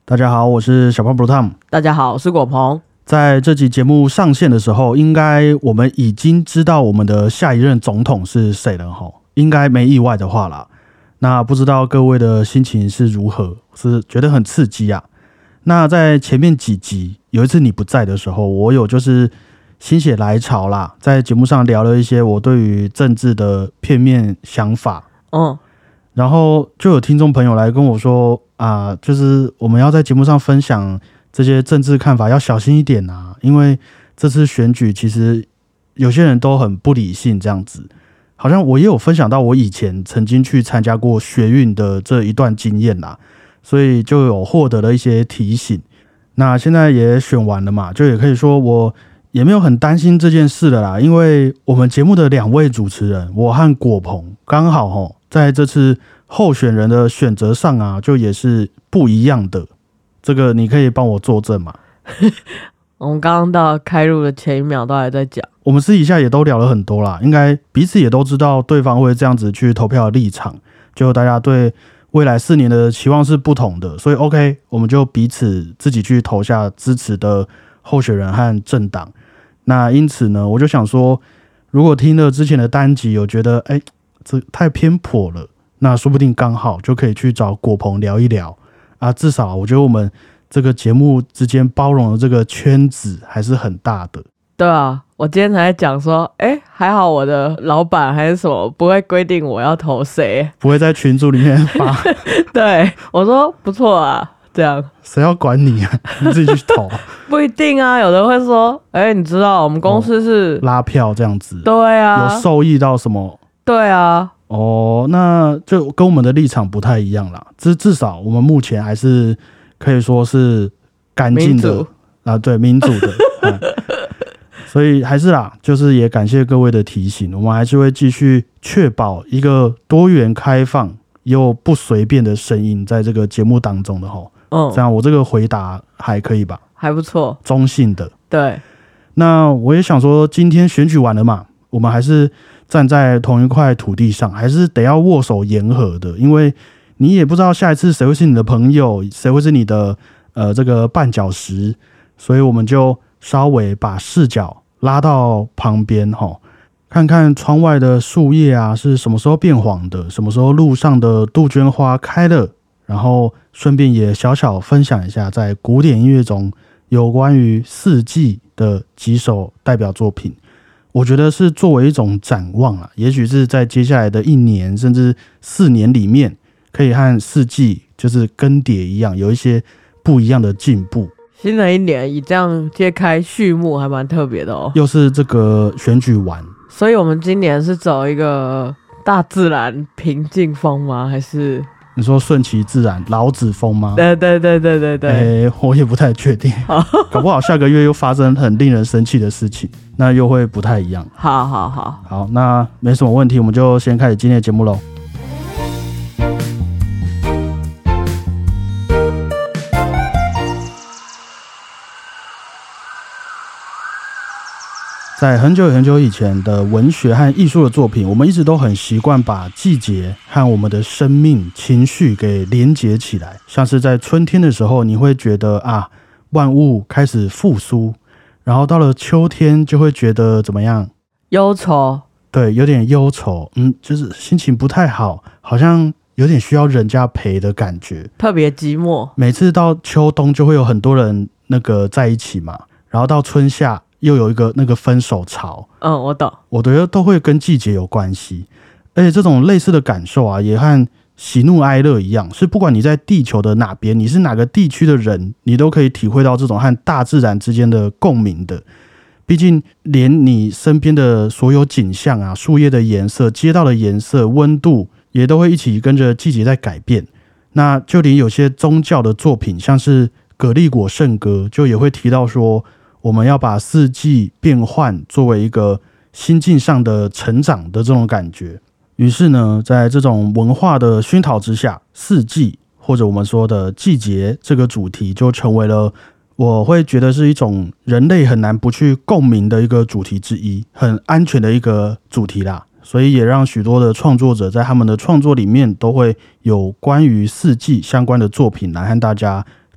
大家好，我是小胖 Blue Tom。 大家好，我是果鹏。 在这集节目上线的时候，应该我们已经知道我们的下一任总统是谁了吼，应该没意外的话啦。那不知道各位的心情是如何？是觉得很刺激啊？那在前面几集有一次你不在的时候，我有就是心血来潮啦，在节目上聊了一些我对于政治的片面想法。然后就有听众朋友来跟我说啊，就是我们要在节目上分享这些政治看法要小心一点啊，因为这次选举其实有些人都很不理性这样子。好像我也有分享到我以前曾经去参加过学运的这一段经验啦，所以就有获得了一些提醒。那现在也选完了嘛，就也可以说我也没有很担心这件事了啦，因为我们节目的两位主持人，我和果鹏刚好在这次候选人的选择上啊，就也是不一样的。这个你可以帮我作证吗？ 我们刚刚到开录的前一秒都还在讲， 我们私底下也都聊了很多啦，应该彼此也都知道对方会这样子去投票的立场，就大家对未来4年的期望是不同的，所以 OK， 我们就彼此自己去投下支持的候选人和政党。那因此呢，我就想说，如果听了之前的单集有觉得这太偏颇了，那说不定刚好就可以去找果鹏聊一聊啊。至少我觉得我们这个节目之间包容的这个圈子还是很大的。 对啊，我今天才在讲说，还好我的老板还是什么不会规定我要投谁， 不会在群组里面发。 对，我说不错啊，这样谁要管你啊？你自己去投。 不一定啊，有的会说，你知道我们公司是拉票这样子， 对啊， 有受益到什么？ 对啊。 那就跟我们的立场不太一样啦。至少我们目前还是可以说是干净的啊，对，民主的。所以还是啦，就是也感谢各位的提醒，我们还是会继续确保一个多元开放又不随便的声音在这个节目当中的吼。这样我这个回答还可以吧？ 还不错， 中性的。 对。 那我也想说，今天选举完了嘛，我们还是站在同一块土地上，还是得要握手言和的，因为你也不知道下一次谁会是你的朋友，谁会是你的这个绊脚石，所以我们就稍微把视角拉到旁边看看窗外的树叶啊是什么时候变黄的，什么时候路上的杜鹃花开了，然后顺便也小小分享一下在古典音乐中有关于四季的几首代表作品。我觉得是作为一种展望啊，也许是在接下来的1年甚至4年里面，可以和四季就是更迭一样，有一些不一样的进步。 新的一年以这样揭开序幕，还蛮特别的哦。 又是这个选举完，所以我们今年是走一个大自然平静风吗？还是你说顺其自然老子风吗？ 对， 我也不太确定。搞不好下个月又发生很令人生气的事情，那又会不太一样。好，那没什么问题，我们就先开始今天的节目咯。在很久很久以前的文学和艺术的作品，我们一直都很习惯把季节和我们的生命情绪给连结起来。像是在春天的时候，你会觉得万物开始复苏，然后到了秋天就会觉得怎么样？ 忧愁。对， 有点忧愁，就是心情不太好，好像有点需要人家陪的感觉， 特别寂寞。每次到秋冬就会有很多人在一起嘛，然后到春夏又有一个分手潮。 我懂。 我觉得都会跟季节有关系，而且这种类似的感受啊，也和喜怒哀乐一样，是不管你在地球的哪边，你是哪个地区的人，你都可以体会到这种和大自然之间的共鸣的。毕竟连你身边的所有景象啊，树叶的颜色、街道的颜色、温度，也都会一起跟着季节在改变。那就连有些宗教的作品，像是葛利果圣歌，就也会提到说，我们要把四季变换作为一个心境上的成长的这种感觉。于是呢，在这种文化的熏陶之下，四季或者我们说的季节这个主题就成为了我会觉得是一种人类很难不去共鸣的一个主题之一，很安全的一个主题啦。所以也让许多的创作者在他们的创作里面都会有关于四季相关的作品来和大家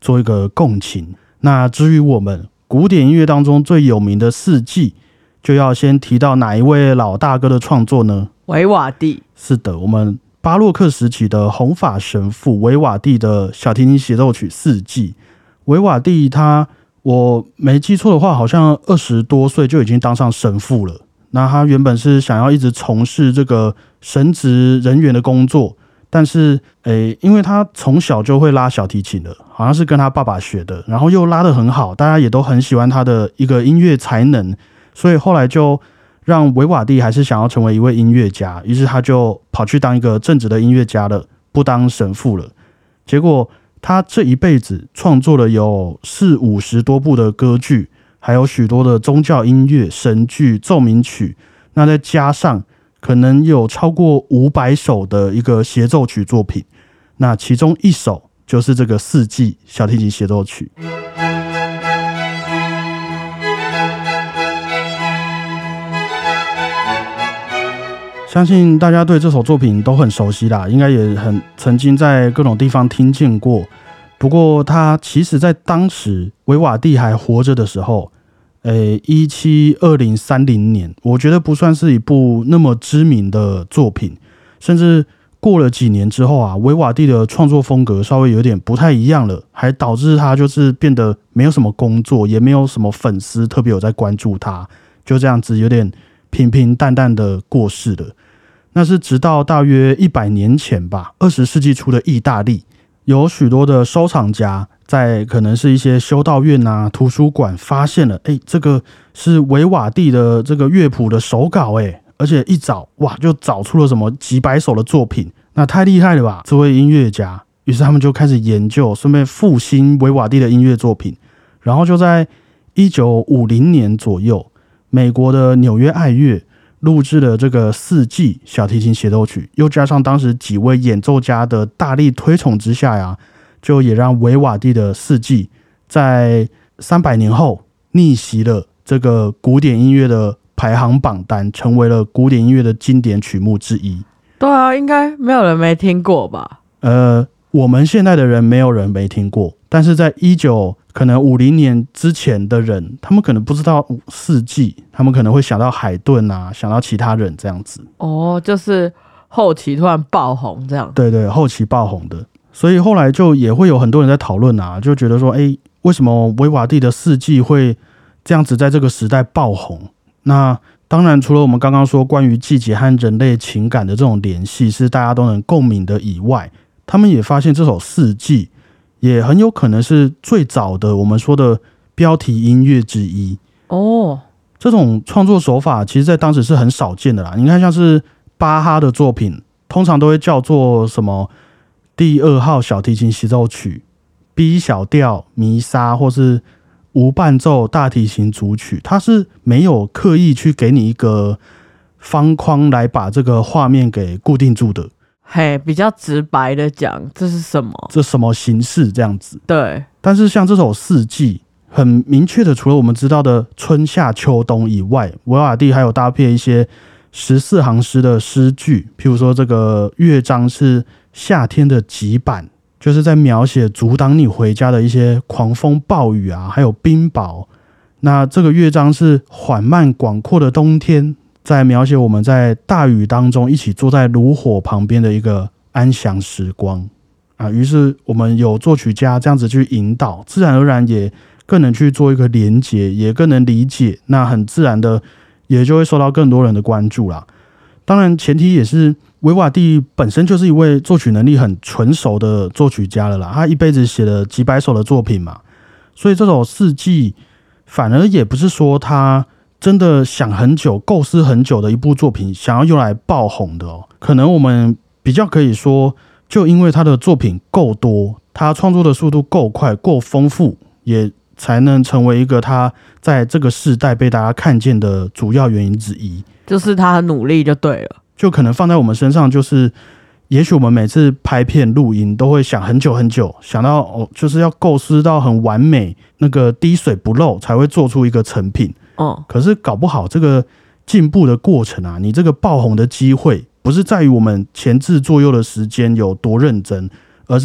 做一个共情。那至于我们古典音乐当中最有名的四季，就要先提到哪一位老大哥的创作呢？ 维瓦蒂。 是的，我们巴洛克时期的红发神父维瓦蒂的小提琴协奏曲四季。维瓦蒂他，我没记错的话，好像20多岁就已经当上神父了。那他原本是想要一直从事这个神职人员的工作，但是因为他从小就会拉小提琴的，好像是跟他爸爸学的，然后又拉得很好，大家也都很喜欢他的一个音乐才能，所以后来就让维瓦蒂还是想要成为一位音乐家，于是他就跑去当一个正职的音乐家了，不当神父了。结果他这一辈子创作了有40-50多部的歌剧，还有许多的宗教音乐、神剧、奏鸣曲，那再加上可能有超过500首的一个协奏曲作品，那其中一首就是这个四季小提琴协奏曲。相信大家对这首作品都很熟悉啦，应该也曾经在各种地方听见过。不过它其实在当时维瓦蒂还活着的时候，1720-30年，我觉得不算是一部那么知名的作品，甚至过了几年之后啊，维瓦蒂的创作风格稍微有点不太一样了，还导致他就是变得没有什么工作，也没有什么粉丝特别有在关注他，就这样子有点平平淡淡的过世了。那是直到大约100年前吧，20世纪初的意大利，有许多的收藏家在可能是一些修道院啊、图书馆发现了，这个是维瓦蒂的这个乐谱的手稿，而且一找哇，就找出了什么几百首的作品，那太厉害了吧，这位音乐家。于是他们就开始研究，顺便复兴维瓦蒂的音乐作品。然后就在1950年左右，美国的纽约爱乐录制了这个四季小提琴协奏曲，又加上当时几位演奏家的大力推崇之下呀，就也让维瓦蒂的四季在300年后逆袭了这个古典音乐的排行榜单，成为了古典音乐的经典曲目之一。 对啊，应该没有人没听过吧？ 我们现在的人没有人没听过，但是在1950年之前的人，他们可能不知道四季，他们可能会想到海顿啊，想到其他人这样子。 哦，就是后期突然爆红这样。 对对，后期爆红的，所以后来就也会有很多人在讨论啊，就觉得说，为什么维瓦蒂的四季会这样子在这个时代爆红？那当然，除了我们刚刚说关于季节和人类情感的这种联系是大家都能共鸣的以外，他们也发现这首四季也很有可能是最早的我们说的标题音乐之一。这种创作手法其实在当时是很少见的啦。你看像是巴哈的作品，通常都会叫做什么第2号小提琴协奏曲、B 小调弥撒，或是无伴奏大提琴组曲，它是没有刻意去给你一个方框来把这个画面给固定住的。 比较直白的讲，这是什么？ 这什么形式这样子？对。但是像这首四季，很明确的，除了我们知道的春夏秋冬以外，维瓦蒂还有搭配一些14行诗的诗句，譬如说这个乐章是夏天的极板，就是在描写阻挡你回家的一些狂风暴雨啊，还有冰雹。那这个乐章是缓慢广阔的冬天，在描写我们在大雨当中一起坐在炉火旁边的一个安详时光啊。于是我们有作曲家这样子去引导，自然而然也更能去做一个连结，也更能理解，那很自然的也就会受到更多人的关注啦。当然前提也是维瓦蒂本身就是一位作曲能力很纯熟的作曲家了啦，他一辈子写了几百首的作品嘛，所以这首四季反而也不是说他真的想很久、构思很久的一部作品，想要用来爆红的哦。可能我们比较可以说，就因为他的作品够多，他创作的速度够快、够丰富，也才能成为一个他在这个世代被大家看见的主要原因之一。 就是他很努力就对了。 就可能放在我们身上，就是也许我们每次拍片录音都会想很久很久，想到就是要构思到很完美，那个滴水不漏才会做出一个成品。可是搞不好这个进步的过程啊，你这个爆红的机会不是在于我们前置作业的时间有多认真，而是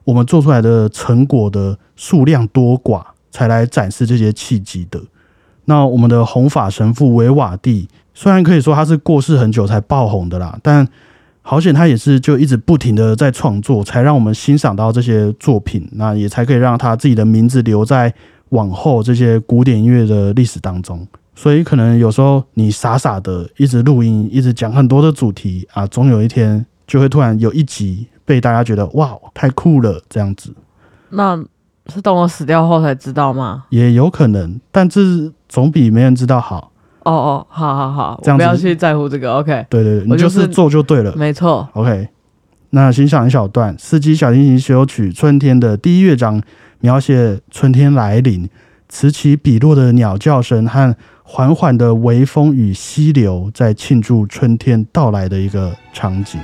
我们做出来的成果的数量多寡才来展示这些契机的。那我们的弘法神父维瓦蒂，虽然可以说他是过世很久才爆红的啦，但好险他也是就一直不停的在创作，才让我们欣赏到这些作品，那也才可以让他自己的名字留在往后这些古典音乐的历史当中。所以可能有时候你傻傻的一直录音，一直讲很多的主题啊，总有一天就会突然有一集被大家觉得哇太酷了这样子。 那是等我死掉后才知道吗？ 也有可能，但这总比没人知道好。 好好好， 这样子我不要去在乎这个。 OK， 对对对，你就是做就对了， 没错。 OK， 那欣赏一小段四季小提琴协奏曲春天的第一乐章，描写春天来临，此起彼落的鸟叫声和缓缓的微风与溪流在庆祝春天到来的一个场景。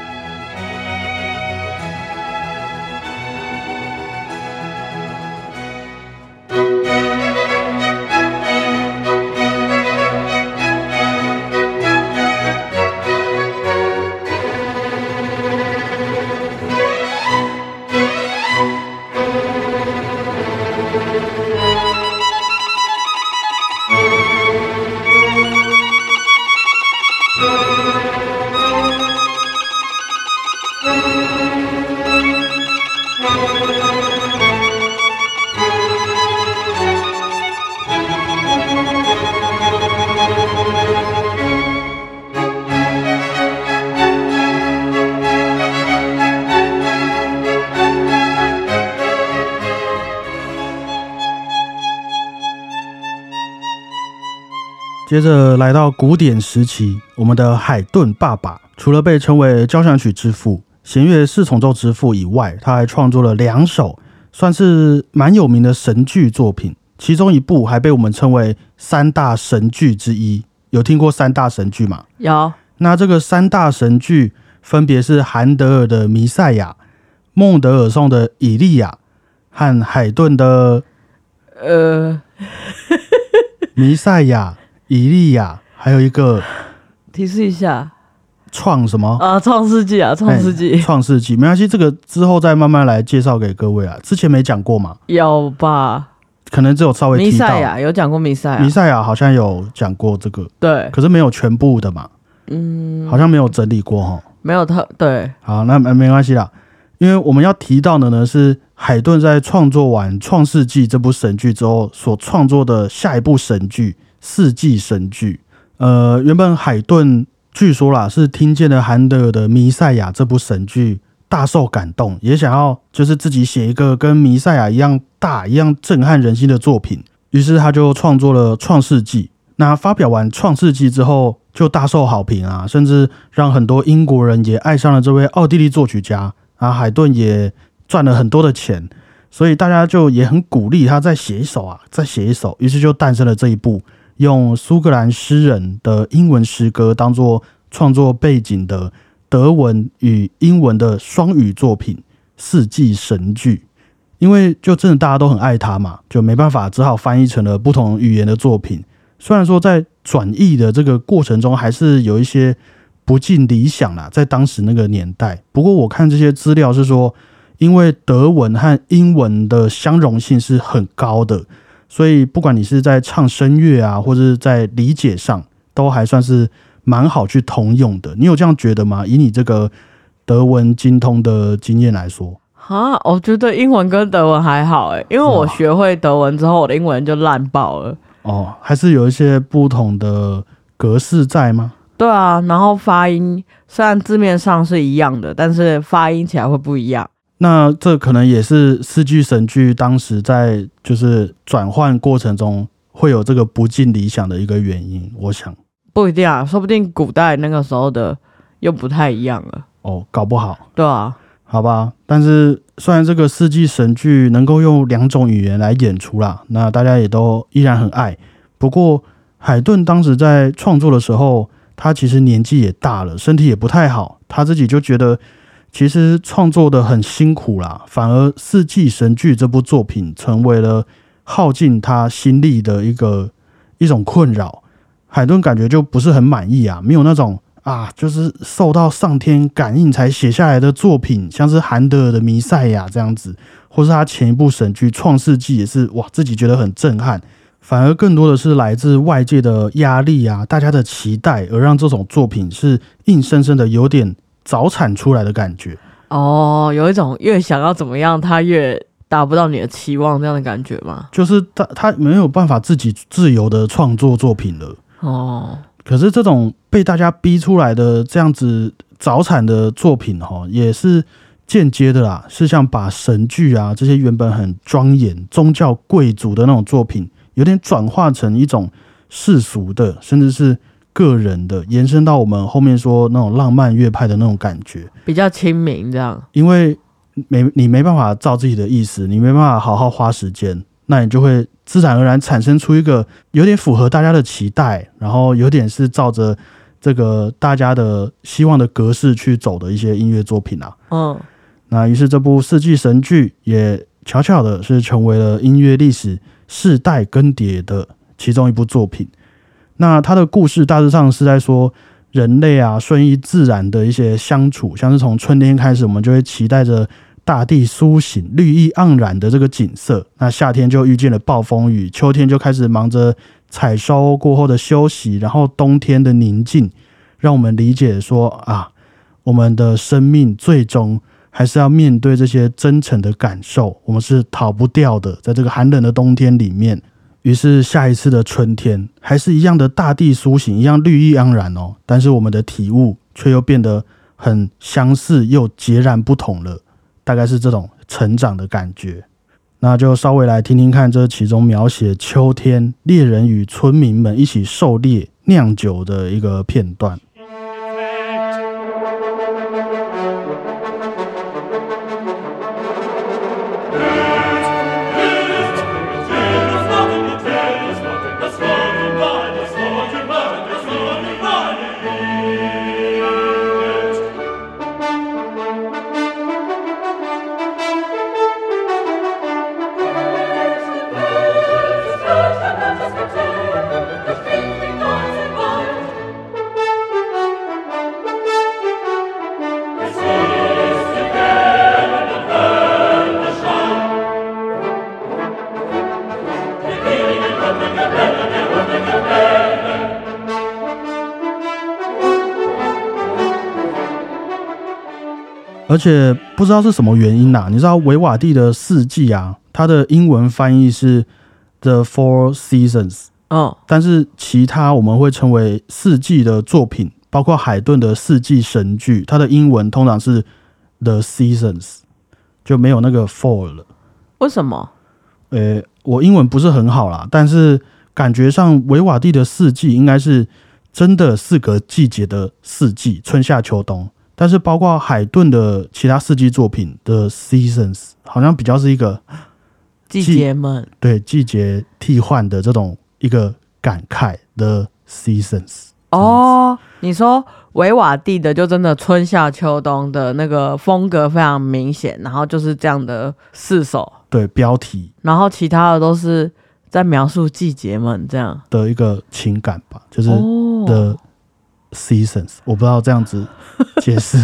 接着来到古典时期，我们的海顿爸爸除了被称为交响曲之父、弦乐四重奏之父以外，他还创作了2首算是蛮有名的神剧作品，其中一部还被我们称为3大神剧之一。有听过3大神剧吗？ 有。 那这个3大神剧分别是韩德尔的《弥赛亚》、孟德尔颂的《以利亚》和海顿的弥赛亚、以利亚，还有一个提示一下， 创什么啊？创世纪啊，创世纪， 创世纪，没关系，这个之后再慢慢来介绍给各位啊。之前没讲过嘛？ 有吧？ 可能只有稍微提到。 弥赛亚有讲过弥赛亚， 弥赛亚好像有讲过这个， 对， 可是没有全部的嘛，好像没有整理过齁。 没有对。 好，那没关系啦，因为我们要提到的呢是海顿在创作完《创世纪》这部神剧之后所创作的下一部神剧《四季神剧》。原本海顿据说啦是听见了韩德尔的《弥赛亚》这部神剧，大受感动，也想要就是自己写一个跟《弥赛亚》一样大、一样震撼人心的作品，于是他就创作了《创世纪》。那发表完《创世纪》之后，就大受好评啊，甚至让很多英国人也爱上了这位奥地利作曲家啊。海顿也赚了很多的钱，所以大家就也很鼓励他再写一首啊，再写一首。于是就诞生了这一部用苏格兰诗人的英文诗歌当作创作背景的德文与英文的双语作品《四季神剧》。因为就真的大家都很爱他嘛，就没办法，只好翻译成了不同语言的作品。虽然说在转译的这个过程中还是有一些不尽理想啦，在当时那个年代。不过我看这些资料是说，因为德文和英文的相容性是很高的，所以不管你是在唱声乐啊，或者是在理解上，都还算是蛮好去通用的。你有这样觉得吗？以你这个德文精通的经验来说。 我觉得英文跟德文还好因为我学会德文之后，我的英文就烂爆了。 还是有一些不同的格式在吗？ 对啊，然后发音虽然字面上是一样的，但是发音起来会不一样。 那这可能也是四句神剧当时在就是转换过程中会有这个不尽理想的一个原因，我想。 不一定啊，说不定古代那个时候的又不太一样了。 搞不好。 对啊。 好吧，但是虽然这个四季神剧能够用2种语言来演出啦，那大家也都依然很爱。不过海顿当时在创作的时候，他其实年纪也大了，身体也不太好，他自己就觉得其实创作的很辛苦啦，反而四季神剧这部作品成为了耗尽他心力的一种困扰。海顿感觉就不是很满意啊，没有那种就是受到上天感应才写下来的作品，像是韩德尔的《弥赛亚》这样子，或是他前一部神剧《创世纪》也是自己觉得很震撼。反而更多的是来自外界的压力啊，大家的期待，而让这种作品是硬生生的有点早产出来的感觉。 有一种越想要怎么样，他越达不到你的期望这样的感觉吗？ 就是他没有办法自己自由的创作作品了。可是这种被大家逼出来的这样子早产的作品也是间接的啦，是像把神剧啊这些原本很庄严宗教贵族的那种作品，有点转化成一种世俗的，甚至是个人的，延伸到我们后面说那种浪漫乐派的那种感觉， 比较亲民这样。 因为你没办法照自己的意思，你没办法好好花时间，那你就会自然而然产生出一个有点符合大家的期待，然后有点是照着这个大家的希望的格式去走的一些音乐作品啊。那于是这部世纪神剧也悄悄的是成为了音乐历史世代更迭的其中一部作品。那它的故事大致上是在说人类啊顺应自然的一些相处，像是从春天开始，我们就会期待着大地苏醒、绿意盎然的这个景色。那夏天就遇见了暴风雨，秋天就开始忙着采收过后的休息，然后冬天的宁静，让我们理解说我们的生命最终还是要面对这些真诚的感受，我们是逃不掉的，在这个寒冷的冬天里面。于是下一次的春天还是一样的大地苏醒，一样绿意盎然但是我们的体悟却又变得很相似又截然不同了，大概是这种成长的感觉。那就稍微来听听看这其中描写秋天猎人与村民们一起狩猎酿酒的一个片段。而且不知道是什么原因你知道维瓦蒂的四季它的英文翻译是 The Four Seasons，但是其他我们会称为四季的作品，包括海顿的四季神剧，它的英文通常是 The Seasons， 就没有那个 Four 了。 为什么？ 我英文不是很好啦，但是感觉上维瓦蒂的四季应该是真的4个季节的四季，春夏秋冬。但是包括海顿的其他四季作品的 Seasons 好像比较是一个季节们， 对，季节替换的这种一个感慨的 Seasons。 你说维瓦蒂的就真的春夏秋冬的那个风格非常明显，然后就是这样的4首， 对，标题， 然后其他的都是在描述季节们这样的一个情感吧，就是的Seasons， 我不知道这样子解释。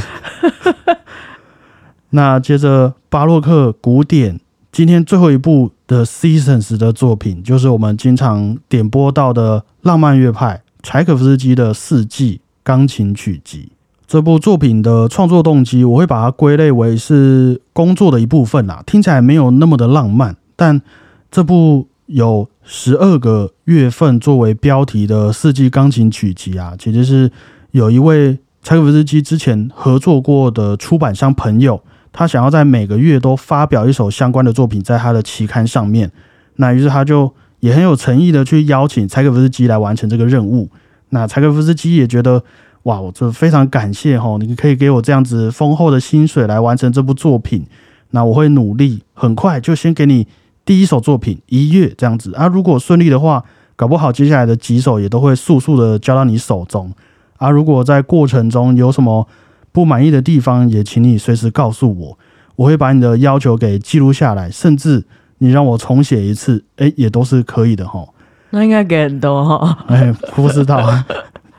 那接着巴洛克古典，今天最后一部的 Seasons 的作品，就是我们经常点播到的浪漫乐派柴可夫斯基的4季钢琴曲集。这部作品的创作动机，我会把它归类为是工作的一部分听起来没有那么的浪漫，但这部有12个月份作为标题的4季钢琴曲集其实是有一位柴可夫斯基之前合作过的出版商朋友，他想要在每个月都发表一首相关的作品在他的期刊上面，那于是他就也很有诚意的去邀请柴可夫斯基来完成这个任务。那柴可夫斯基也觉得我这非常感谢你可以给我这样子丰厚的薪水来完成这部作品，那我会努力，很快就先给你第一首作品1月这样子如果顺利的话，搞不好接下来的几首也都会速速的交到你手中如果在过程中有什么不满意的地方，也请你随时告诉我，我会把你的要求给记录下来，甚至你让我重写一次也都是可以的那应该给很多不知道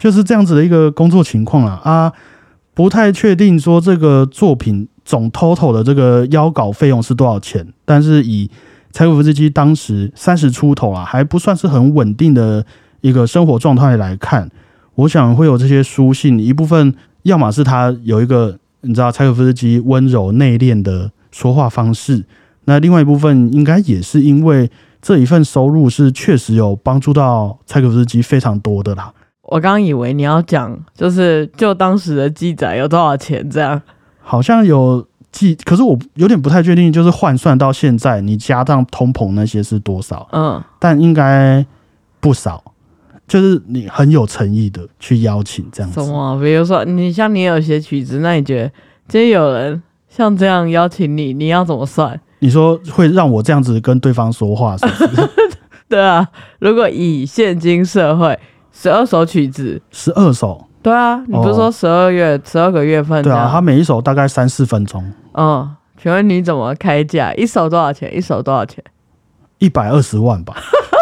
就是这样子的一个工作情况啊，不太确定说这个作品总 total 的这个邀稿费用是多少钱，但是以柴可夫斯基当时30出头还不算是很稳定的一个生活状态来看，我想会有这些书信，一部分要么是他有一个你知道柴可夫斯基温柔内敛的说话方式，那另外一部分应该也是因为这一份收入是确实有帮助到柴可夫斯基非常多的啦。 我刚以为你要讲就当时的记载有多少钱这样， 好像有可是我有点不太确定，就是换算到现在你加上通膨那些是多少，但应该不少，就是你很有诚意的去邀请这样子。 什么？比如说你有写曲子，那你觉得今天有人像这样邀请你，你要怎么算？ 你说会让我这样子跟对方说话是不是？ 对啊，如果以现今社会12首曲子 ，12首， 对啊，你不是说12个月份？ 对啊，他每一首大概3-4分钟。 请问你怎么开价？一首多少钱？一首多少钱 ？120万吧。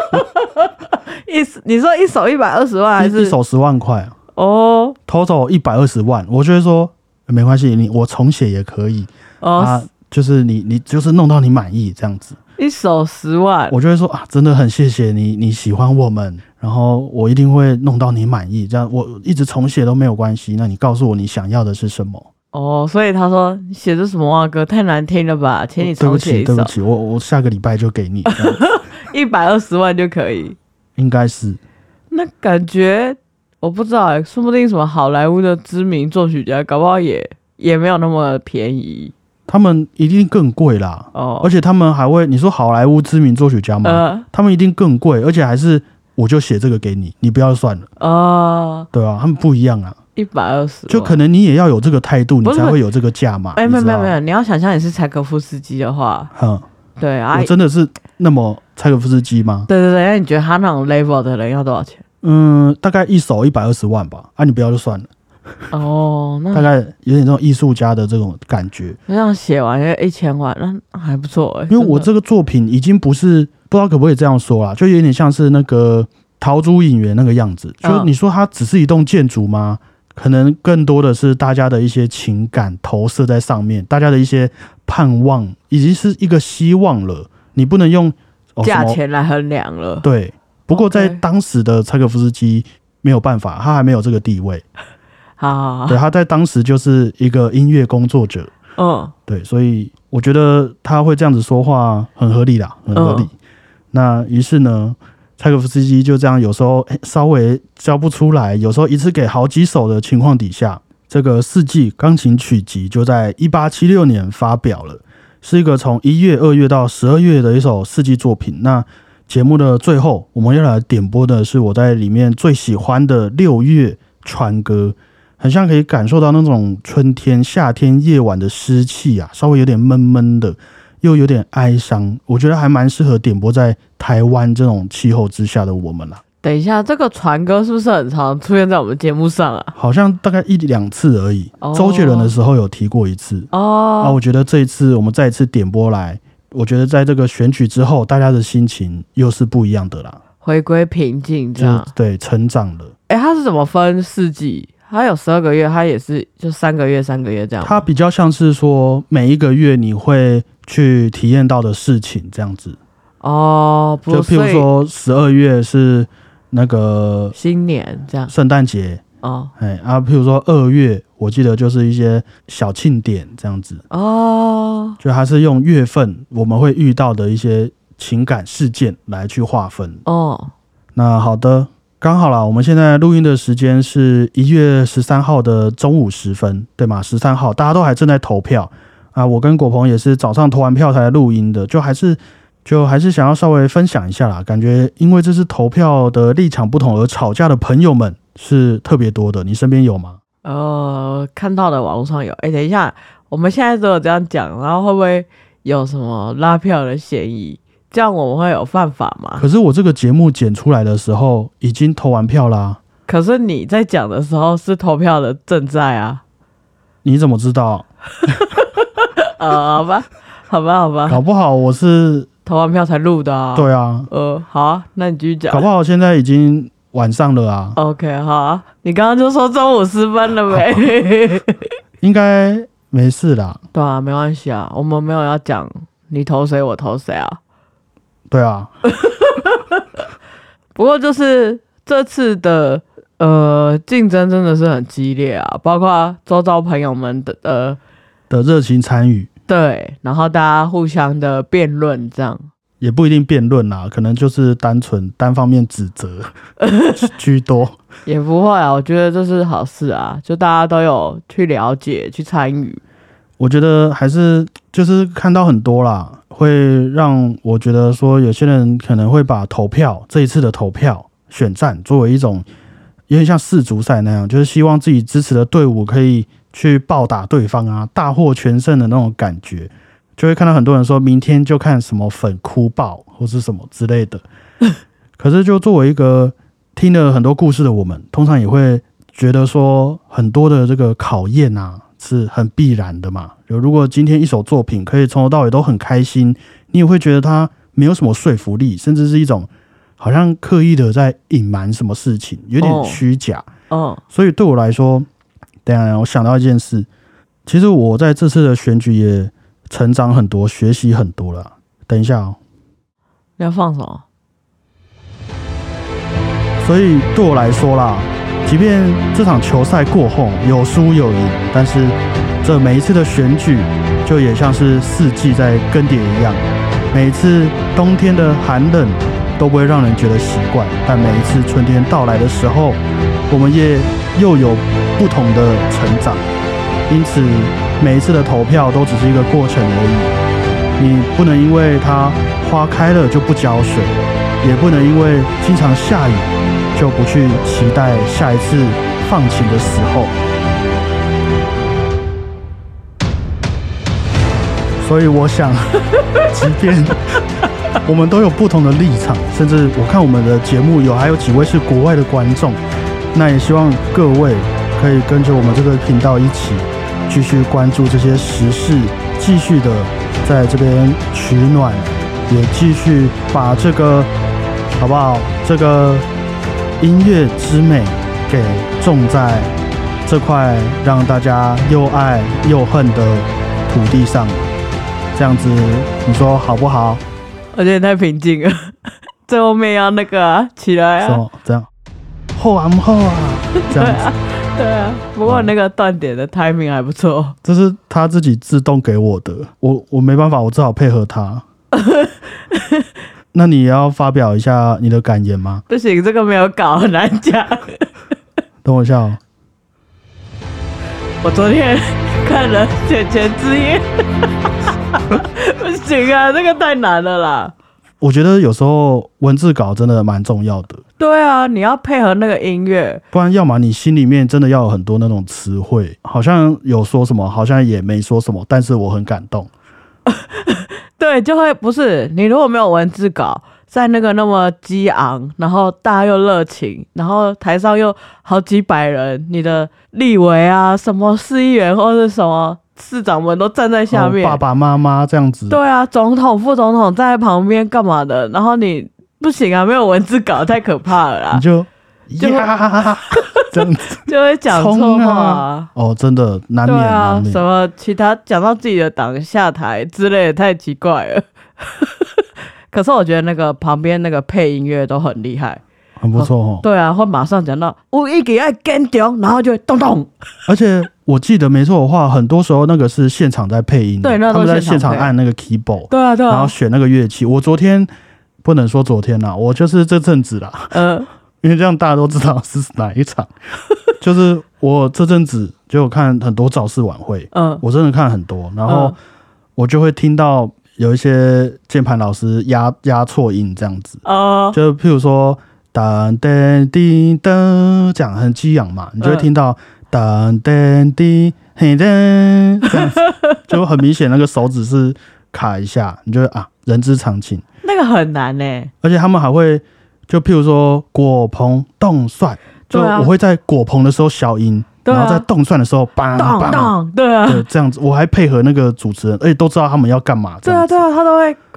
你说一首120万还是一首10万块？total 120万，我就会说没关系，我重写也可以就是你就是弄到你满意这样子。 一首10万， 我就会说真的很谢谢你喜欢我们，然后我一定会弄到你满意，这样我一直重写都没有关系。那你告诉我你想要的是什么？ 所以他说你写的什么哇歌太难听了吧，请你重写一首。 对不起，我下个礼拜就给你。 120万就可以， 应该是。 那感觉我不知道说不定什么好莱坞的知名作曲家，搞不好也没有那么便宜。 他们一定更贵啦，而且他们还会，你说好莱坞知名作曲家吗？他们一定更贵，而且还是我就写这个给你，你不要算了。对啊，他们不一样啊。 120， 就可能你也要有这个态度，你才会有这个价码。 没有，你要想象你是柴可夫斯基的话，对啊， 我真的是那么柴可夫斯基吗？ 对，那你觉得他那种 level 的人要多少钱？ 大概一首120万吧。你不要就算了。 那大概有点这种艺术家的这种感觉。 这样写完1000万，那还不错因为我这个作品已经不知道可不可以这样说啦，就有点像是那个陶朱隐园那个样子。就你说它只是一栋建筑吗？可能更多的是大家的一些情感投射在上面，大家的一些盼望，已经是一个希望了。你不能用价钱来衡量了。 对，不过在当时的柴可夫斯基没有办法，他还没有这个地位。对，他在当时就是一个音乐工作者。对，所以我觉得他会这样子说话很合理啦，很合理。那于是呢，柴可夫斯基就这样，有时候稍微交不出来，有时候一次给好几首的情况底下，这个4季钢琴曲集就在1876年发表了，是一个从1月、2月到12月的一首4季作品。那节目的最后，我们要来点播的是我在里面最喜欢的6月川歌，很像可以感受到那种春天、夏天夜晚的湿气稍微有点闷闷的，又有点哀伤，我觉得还蛮适合点播在台湾这种气候之下的我们啦。 等一下，这个传歌是不是很常出现在我们节目上啊？ 好像大概1-2次而已。周杰伦的时候有提过一次。我觉得这一次我们再一次点播来，我觉得在这个选曲之后，大家的心情又是不一样的啦， 回归平静这样。 对，成长了。 它是怎么分4季？它有12个月，它也是就3个月3个月这样。 它比较像是说每一个月你会去体验到的事情这样子。就譬如说12月是那个新年这样， 圣诞节。譬如说2月，我记得就是一些小庆典这样子。就它是用月份我们会遇到的一些情感事件来去划分。那好的。刚好啦，我们现在录音的时间是1月13号的中午10分，对吗？13号大家都还正在投票我跟果鹏也是早上投完票才录音的，就还是想要稍微分享一下啦。感觉因为这次投票的立场不同而吵架的朋友们是特别多的，你身边有吗？ 看到的网络上有。等一下，我们现在都有这样讲，然后会不会有什么拉票的嫌疑？这样我们会有犯法吗？ 可是我这个节目剪出来的时候已经投完票啦。 可是你在讲的时候是投票的正在啊。 你怎么知道？ 好吧。 搞不好我是投完票才录的啊。 对啊。 好啊，那你继续讲。 搞不好现在已经晚上了啊。 OK， 好啊，你刚刚就说中午10分了呗， 应该没事啦。 对啊，没关系啊，我们没有要讲你投谁我投谁啊。 对啊， 不过就是这次的竞争真的是很激烈啊，包括周遭朋友们的热情参与， 对，然后大家互相的辩论，这样也不一定辩论啦，可能就是单方面指责居多。 也不会啊，我觉得这是好事啊，就大家都有去了解、去参与。 我觉得还是就是看到很多啦，会让我觉得说，有些人可能会把这一次的投票选战作为一种有点像世足赛那样，就是希望自己支持的队伍可以去暴打对方啊，大获全胜的那种感觉。就会看到很多人说明天就看什么粉哭爆或是什么之类的。可是就作为一个听了很多故事的我们，通常也会觉得说，很多的这个考验啊是很必然的嘛。如果今天一首作品可以从头到尾都很开心，你也会觉得它没有什么说服力，甚至是一种好像刻意的在隐瞒什么事情，有点虚假。所以对我来说，等一下我想到一件事，其实我在这次的选举也成长很多，学习很多了。等一下哦， 你要放什么？ 所以对我来说啦，即便这场球赛过后有输有赢，但是这每一次的选举就也像是四季在更迭一样，每一次冬天的寒冷都不会让人觉得习惯，但每一次春天到来的时候，我们也又有不同的成长。因此每一次的投票都只是一个过程而已，你不能因为它花开了就不浇水，也不能因为经常下雨就不去期待下一次放晴的时候。所以我想，即便我们都有不同的立场，甚至我看我们的节目还有几位是国外的观众，那也希望各位可以跟着我们这个频道一起继续关注这些时事，继续的在这边取暖，也继续把这个好不好？这个音乐之美给种在这块让大家又爱又恨的土地上，这样子你说好不好？ 我觉得太平静了，最后面要那个啊起来啊， 这样后啊后啊，这样子。 对啊，不过那个断点的 timing 还不错， 这是他自己自动给我的，我没办法，我只好配合他。那你要发表一下你的感言吗？ 不行，这个没有稿，很难讲。 等我一下哦。 我昨天看了《钱钱之夜》，不行啊，这个太难了啦。 我觉得有时候文字稿真的蛮重要的。 对啊，你要配合那个音乐， 不然要么你心里面真的要有很多那种词汇，好像有说什么，好像也没说什么，但是我很感动。 对，就会不是你如果没有文字稿，在那个那么激昂，然后大家又热情，然后台上又好几百人，你的立委啊，什么市议员或是什么市长们都站在下面， 爸爸妈妈这样子。 对啊，总统、副总统站在旁边干嘛的？然后你不行啊，没有文字稿太可怕了啦， 你就呀这样子就会讲错话啊。 哦，真的难免对啊， 难免。 什么其他讲到自己的党下台之类的，太奇怪了。可是我觉得那个旁边那个配音乐都很厉害， 很不错哦。 对啊，会马上讲到我一个爱跟中，然后就会咚咚。 而且我记得没错的话，很多时候那个是现场在配音的， 对，那他们在现场按那个 keyboard， 对啊对啊， 然后选那个乐器。我昨天不能说昨天啦，我就是这阵子啦，因为这样大家都知道是哪一场。就是我这阵子就有看很多造势晚会，我真的看很多，然后我就会听到有一些键盘老师压错音这样子，就譬如说噔噔滴噔，这样很激昂嘛，你就会听到噔噔滴嘿噔这样子，就很明显那个手指是卡一下，你就会啊人之常情。 那个很难欸， 而且他们还会就譬如说果棚动算，就我会在果棚的时候消音。然后在动算的时候，梆梆， 对啊， 对，这样子，我还配合那个主持人，而且都知道他们要干嘛。 对啊，对啊，他都会，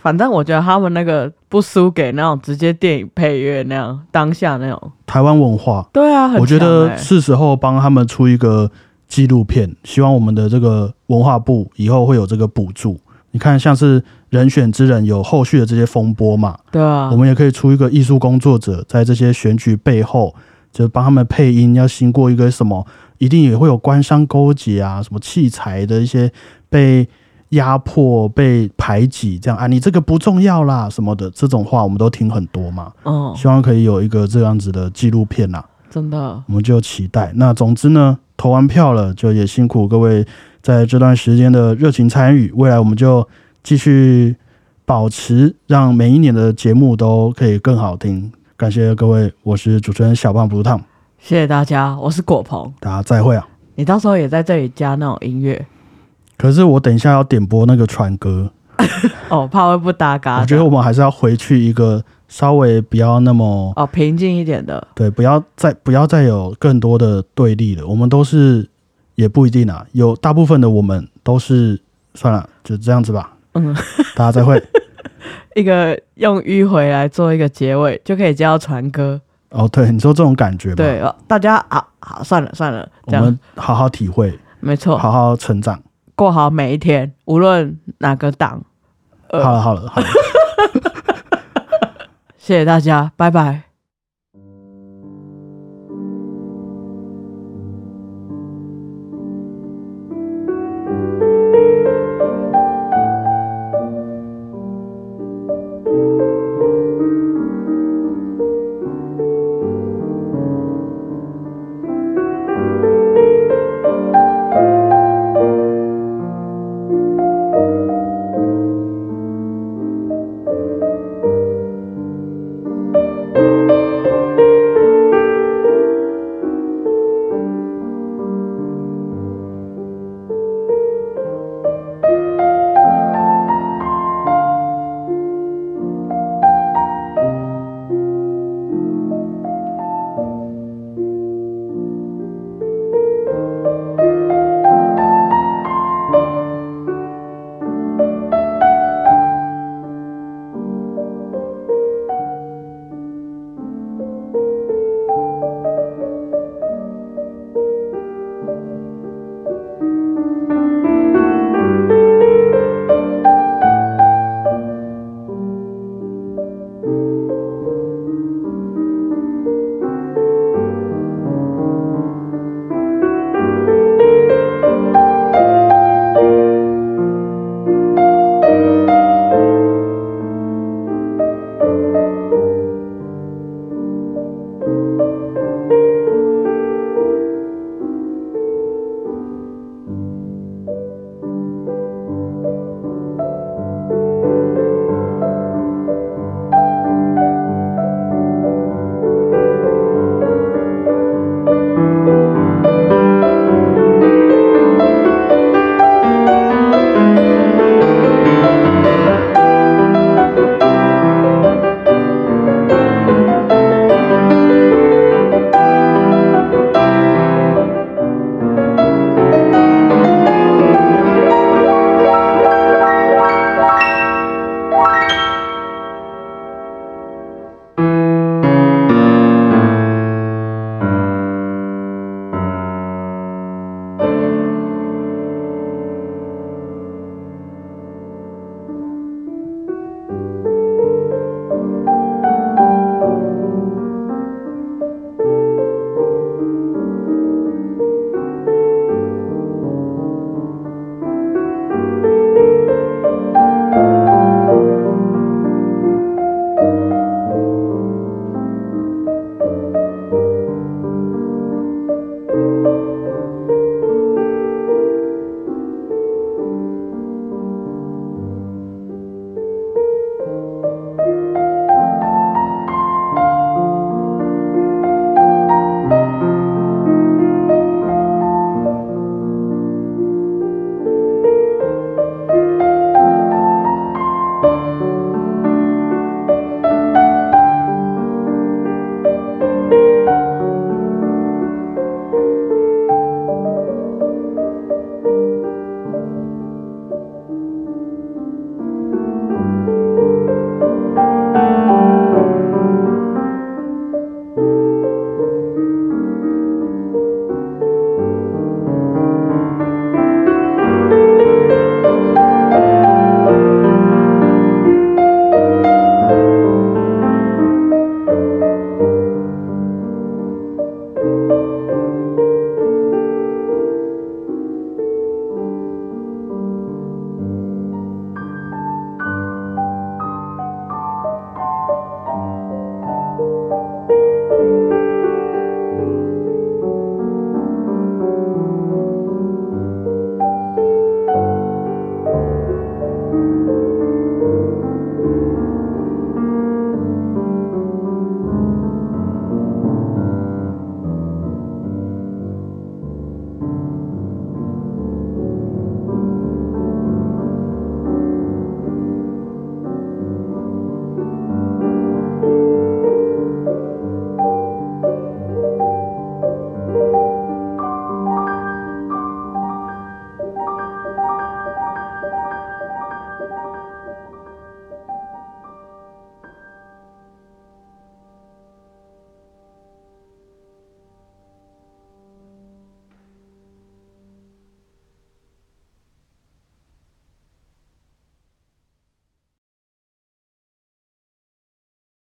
反正我觉得他们那个不输给那种直接电影配乐那样当下那种台湾文化。 对啊，很强欸， 我觉得是时候帮他们出一个纪录片，希望我们的这个文化部以后会有这个补助。你看，像是人选之人有后续的这些风波嘛， 对啊， 我们也可以出一个艺术工作者，在这些选举背后，就帮他们配音，要经过一个什么，一定也会有官商勾结啊，什么器材的一些被压迫、被排挤，这样啊，你这个不重要啦什么的，这种话我们都听很多嘛。希望可以有一个这样子的纪录片啦， 真的， 我们就期待。那总之呢，投完票了，就也辛苦各位在这段时间的热情参与，未来我们就继续保持，让每一年的节目都可以更好听。感谢各位，我是主持人小胖 Blue Tom， 谢谢大家，我是果鹏， 大家再会啊！ 你到时候也在这里加那种音乐。 可是我等一下要点播那个船歌哦，怕会不搭嘎。 我觉得我们还是要回去一个稍微不要那么平静一点的， 对，不要再有更多的对立了。我们都是也不一定啊，有大部分的我们都是算了，就这样子吧。大家再会。 一个用迂回来做一个结尾，就可以接到船歌。 哦，对，你说这种感觉吧。 对，大家好，算了， 我们好好体会， 没错， 好好成长， 过好每一天，无论哪个党。 好了， 谢谢大家，拜拜。